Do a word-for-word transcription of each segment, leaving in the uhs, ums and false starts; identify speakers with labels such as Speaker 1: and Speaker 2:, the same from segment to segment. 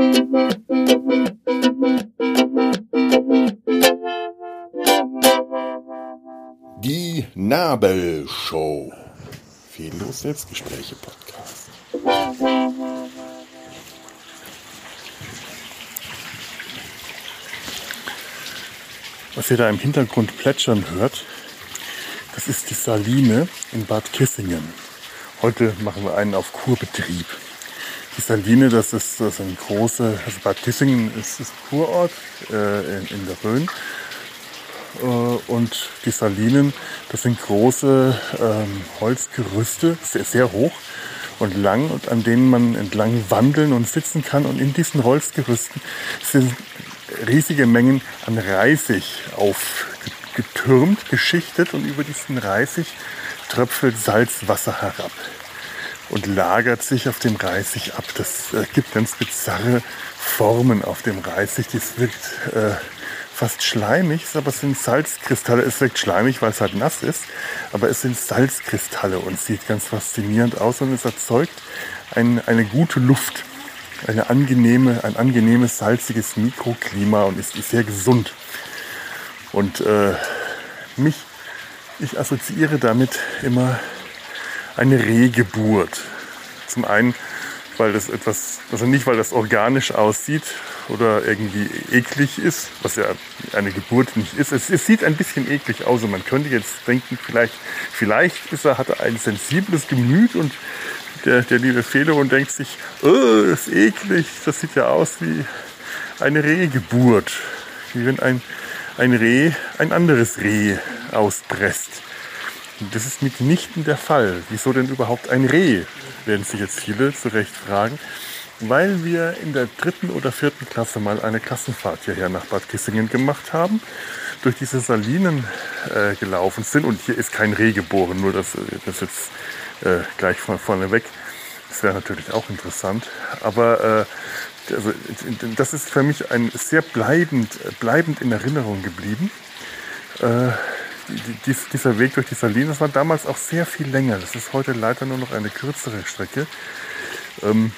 Speaker 1: Die Nabelshow. Fehllos Selbstgespräche Podcast. Was ihr da im Hintergrund plätschern hört, das ist die Saline in Bad Kissingen. Heute machen wir einen auf Kurbetrieb. Die Saline, das ist, das ist eine große, also Bad Kissingen ist das Kurort äh, in, in der Rhön. Und die Salinen, das sind große ähm, Holzgerüste, sehr, sehr hoch und lang, und an denen man entlang wandeln und sitzen kann. Und in diesen Holzgerüsten sind riesige Mengen an Reisig aufgetürmt, geschichtet, und über diesen Reisig tröpfelt Salzwasser herab und lagert sich auf dem Reisig ab. Das äh, gibt ganz bizarre Formen auf dem Reisig. Das wirkt äh, fast schleimig, aber es sind Salzkristalle. Es wirkt schleimig, weil es halt nass ist, aber es sind Salzkristalle und sieht ganz faszinierend aus, und es erzeugt ein, eine gute Luft, eine angenehme, ein angenehmes, salziges Mikroklima, und ist, ist sehr gesund. Und äh, mich, ich assoziiere damit immer eine Rehgeburt. Zum einen, weil das etwas, also nicht, weil das organisch aussieht oder irgendwie eklig ist, was ja eine Geburt nicht ist. Es, es sieht ein bisschen eklig aus, und man könnte jetzt denken, vielleicht, vielleicht ist er, hat er ein sensibles Gemüt, und der, der liebe Felo und denkt sich, oh, das ist eklig, das sieht ja aus wie eine Rehgeburt, wie wenn ein, ein Reh ein anderes Reh auspresst. Und das ist mitnichten der Fall. Wieso denn überhaupt ein Reh, werden sich jetzt viele zu Recht fragen. Weil wir in der dritten oder vierten Klasse mal eine Klassenfahrt hierher nach Bad Kissingen gemacht haben, durch diese Salinen äh, gelaufen sind. Und hier ist kein Reh geboren, nur das, das jetzt äh, gleich von vorne weg. Das wäre natürlich auch interessant. Aber äh, also, das ist für mich ein sehr bleibend, bleibend in Erinnerung geblieben. Äh, Dies, dieser Weg durch die Salinen, das war damals auch sehr viel länger. Das ist heute leider nur noch eine kürzere Strecke. Ähm,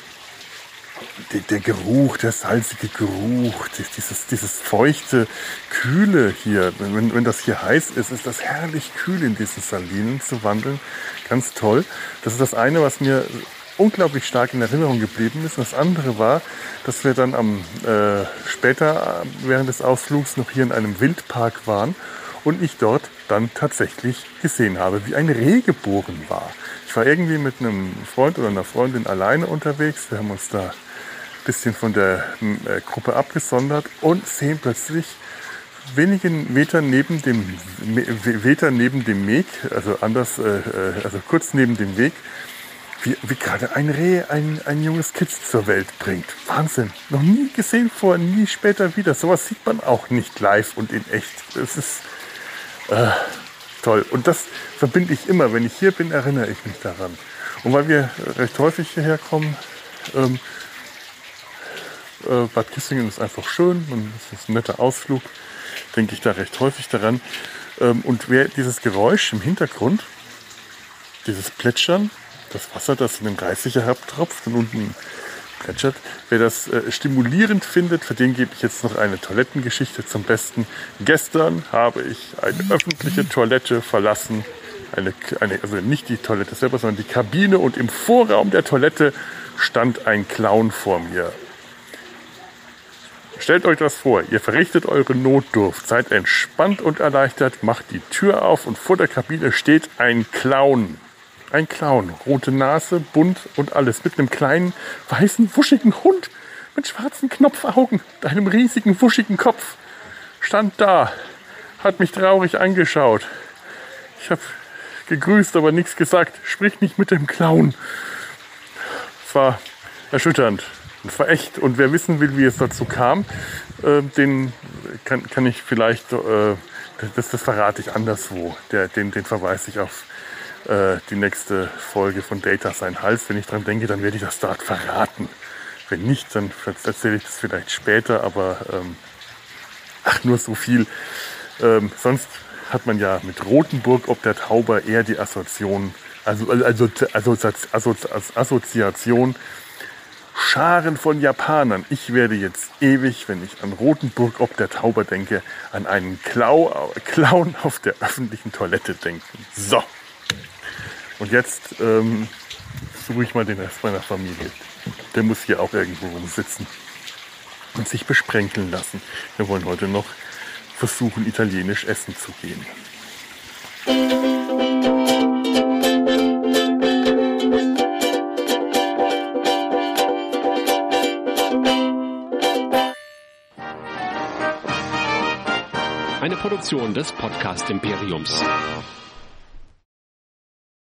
Speaker 1: der, der Geruch, der salzige Geruch, dieses, dieses feuchte, kühle hier, wenn, wenn das hier heiß ist, ist das herrlich kühl, in diesen Salinen zu wandeln. Ganz toll. Das ist das eine, was mir unglaublich stark in Erinnerung geblieben ist. Und das andere war, dass wir dann am, äh, später während des Ausflugs noch hier in einem Wildpark waren, und ich dort dann tatsächlich gesehen habe, wie ein Reh geboren war. Ich war irgendwie mit einem Freund oder einer Freundin alleine unterwegs. Wir haben uns da ein bisschen von der äh, Gruppe abgesondert und sehen plötzlich wenige Meter neben dem, Meter neben dem Weg, also anders, äh, also kurz neben dem Weg, wie, wie gerade ein Reh ein, ein junges Kind zur Welt bringt. Wahnsinn. Noch nie gesehen vorher, nie später wieder. Sowas sieht man auch nicht live und in echt. Das ist Äh, toll. Und das verbinde ich immer. Wenn ich hier bin, erinnere ich mich daran. Und weil wir recht häufig hierher kommen, ähm, äh, Bad Kissingen ist einfach schön und es ist ein netter Ausflug, denke ich da recht häufig daran. Ähm, und wer dieses Geräusch im Hintergrund, dieses Plätschern, das Wasser, das in den Reisig herabtropft und unten plätschert, wer das äh, stimulierend findet, für den gebe ich jetzt noch eine Toilettengeschichte zum Besten. Gestern habe ich eine öffentliche Toilette verlassen, eine, eine, also nicht die Toilette selber, sondern die Kabine, und im Vorraum der Toilette stand ein Clown vor mir. Stellt euch das vor, ihr verrichtet eure Notdurft, seid entspannt und erleichtert, macht die Tür auf, und vor der Kabine steht ein Clown. Ein Clown, rote Nase, bunt und alles, mit einem kleinen, weißen, wuschigen Hund mit schwarzen Knopfaugen, einem riesigen, wuschigen Kopf. Stand da, hat mich traurig angeschaut. Ich habe gegrüßt, aber nichts gesagt. Sprich nicht mit dem Clown. Es war erschütternd. Es war echt. Und wer wissen will, wie es dazu kam, äh, den kann, kann ich vielleicht, äh, das, das verrate ich anderswo. Der, den, den verweise ich auf die nächste Folge von Data Sein Hals. Wenn ich dran denke, dann werde ich das dort verraten. Wenn nicht, dann erzähle ich das vielleicht später, aber ähm, ach, nur so viel. Ähm, sonst hat man ja mit Rothenburg ob der Tauber eher die Assoziation, also, also, also, also Assoziation Scharen von Japanern. Ich werde jetzt ewig, wenn ich an Rothenburg ob der Tauber denke, an einen Klau, Clown auf der öffentlichen Toilette denken. So. Und jetzt ähm, suche ich mal den Rest meiner Familie. Der muss hier auch irgendwo rumsitzen und sich besprenkeln lassen. Wir wollen heute noch versuchen, italienisch essen zu gehen.
Speaker 2: Eine Produktion des Podcast Imperiums.